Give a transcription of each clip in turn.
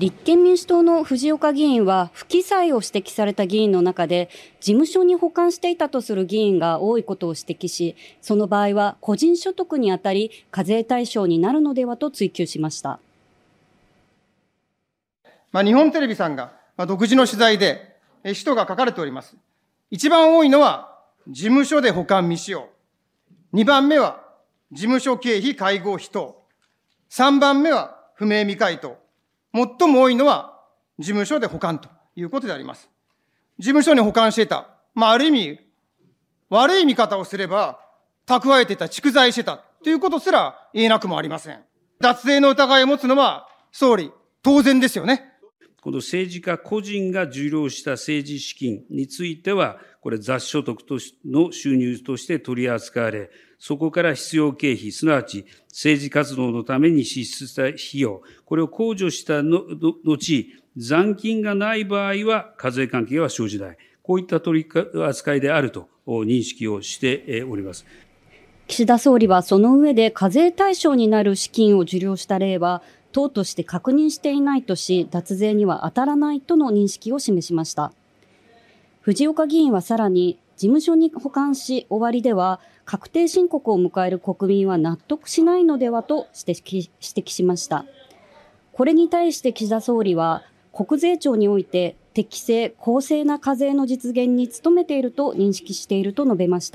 立憲民主党の藤岡議員は不記載を指摘された議員の中で事務所に保管していたとする議員が多いことを指摘し、その場合は個人所得にあたり課税対象になるのではと追及しました。 日本テレビさんが独自の取材で使途が書かれております。一番多いのは事務所で保管未使用。2番目は事務所経費会合費等。3番目は不明未回答。最も多いのは事務所で保管ということであります。事務所に保管していた。ある意味、悪い見方をすれば、蓄えていた、蓄財してたということすら言えなくもありません。脱税の疑いを持つのは、総理、当然ですよね。 この政治家個人が受領した政治資金については、これ雑所得の収入として取り扱われ、そこから必要経費、すなわち政治活動のために支出した費用、これを控除した後、残金がない場合は課税関係は生じない。こういった取り扱いであると認識をしております。 岸田総理はその上で課税対象になる資金を受領した例は、党として確認していないとし、脱税には当たらないとの認識を示しました。藤岡議員はさらに、事務所に保管し終わりでは、確定申告を迎える国民は納得しないのではと指摘しました。これに対して岸田総理は、国税庁において適正、公正な課税の実現に努めていると認識していると述べました。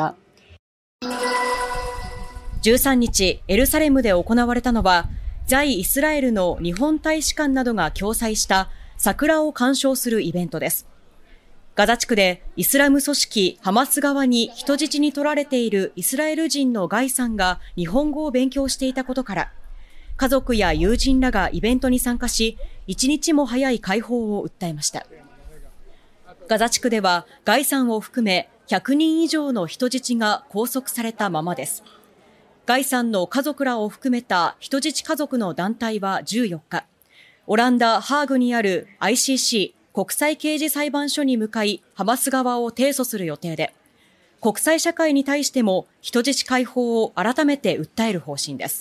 13日、エルサレムで行われたのは、在イスラエルの日本大使館などが共催した桜を鑑賞するイベントです。ガザ地区でイスラム組織ハマス側に人質に取られているイスラエル人のガイさんが日本語を勉強していたことから、家族や友人らがイベントに参加し、一日も早い解放を訴えました。ガザ地区ではガイさんを含め100人以上の人質が拘束されたままです。ガイさんの家族らを含めた人質家族の団体は14日、オランダ・ハーグにある ICC 国際刑事裁判所に向かい、ハマス側を提訴する予定で、国際社会に対しても人質解放を改めて訴える方針です。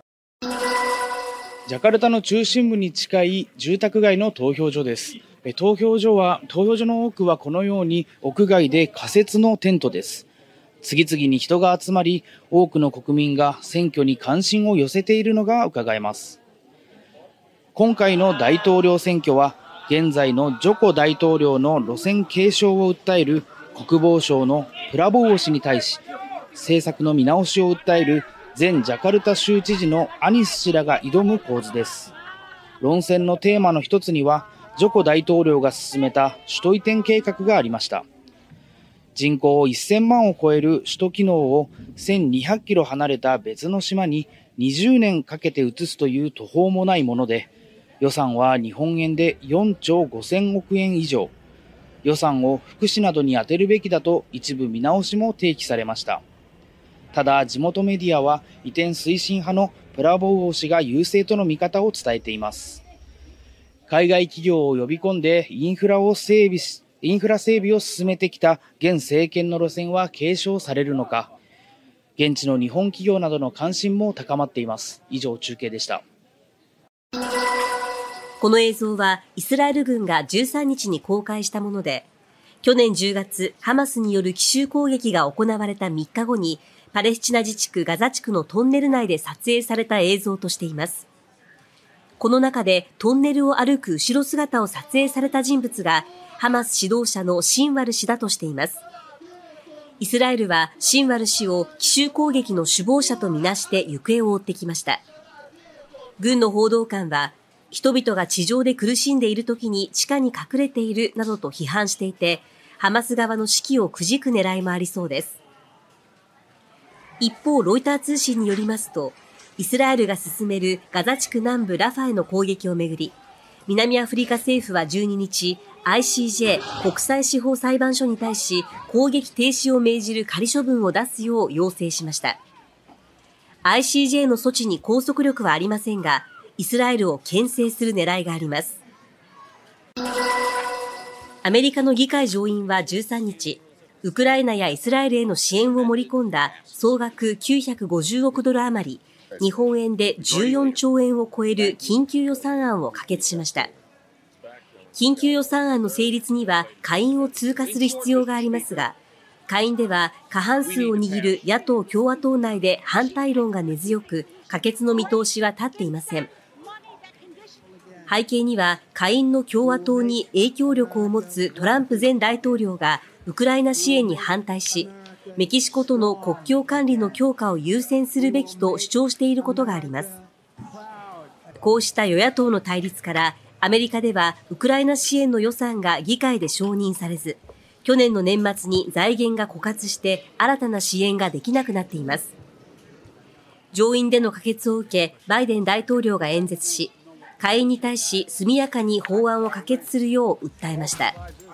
ジャカルタの中心部に近い住宅街の投票所です。投票所の多くはこのように屋外で仮設のテントです。次々に人が集まり、多くの国民が選挙に関心を寄せているのが伺えます。今回の大統領選挙は、現在のジョコ大統領の路線継承を訴える国防省のプラボー氏に対し、政策の見直しを訴える前ジャカルタ州知事のアニス氏らが挑む構図です。論戦のテーマの一つには、ジョコ大統領が進めた首都移転計画がありました。人口1000万を超える首都機能を1200キロ離れた別の島に20年かけて移すという途方もないもので、予算は日本円で4兆5000億円以上。予算を福祉などに充てるべきだと一部見直しも提起されました。ただ、地元メディアは移転推進派のプラボー氏が優勢との見方を伝えています。海外企業を呼び込んでインフラ整備を進めてきた現政権の路線は継承されるのか、現地の日本企業などの関心も高まっています。以上、中継でした。 この映像はイスラエル軍が13日に公開したもので、去年10月、ハマスによる奇襲攻撃が行われた3日後に、パレスチナ自治区ガザ地区のトンネル内で撮影された映像としています。この中でトンネルを歩く後ろ姿を撮影された人物が、ハマス指導者のシンワル氏だとしています。イスラエルはシンワル氏を奇襲攻撃の首謀者とみなして行方を追ってきました。軍の報道官は、人々が地上で苦しんでいる時に地下に隠れているなどと批判していて、ハマス側の士気をくじく狙いもありそうです。一方、ロイター通信によりますと、イスラエルが進めるガザ地区南部ラファへの攻撃をめぐり、南アフリカ政府は12日、ICJ 国際司法裁判所に対し攻撃停止を命じる仮処分を出すよう要請しました。ICJ の措置に拘束力はありませんが、イスラエルを牽制する狙いがあります。アメリカの議会上院は13日、ウクライナやイスラエルへの支援を盛り込んだ総額950億ドル余り、 日本円で14兆円を超える緊急予算案を可決しました。緊急予算案の成立には下院を通過する必要がありますが、下院では過半数を握る野党・共和党内で反対論が根強く、可決の見通しは立っていません。背景には下院の共和党に影響力を持つトランプ前大統領がウクライナ支援に反対し、メキシコとの国境管理の強化を優先するべきと主張していることがあります。こうした与野党の対立から、アメリカではウクライナ支援の予算が議会で承認されず、去年の年末に財源が枯渇して新たな支援ができなくなっています。上院での可決を受け、バイデン大統領が演説し、下院に対し速やかに法案を可決するよう訴えました。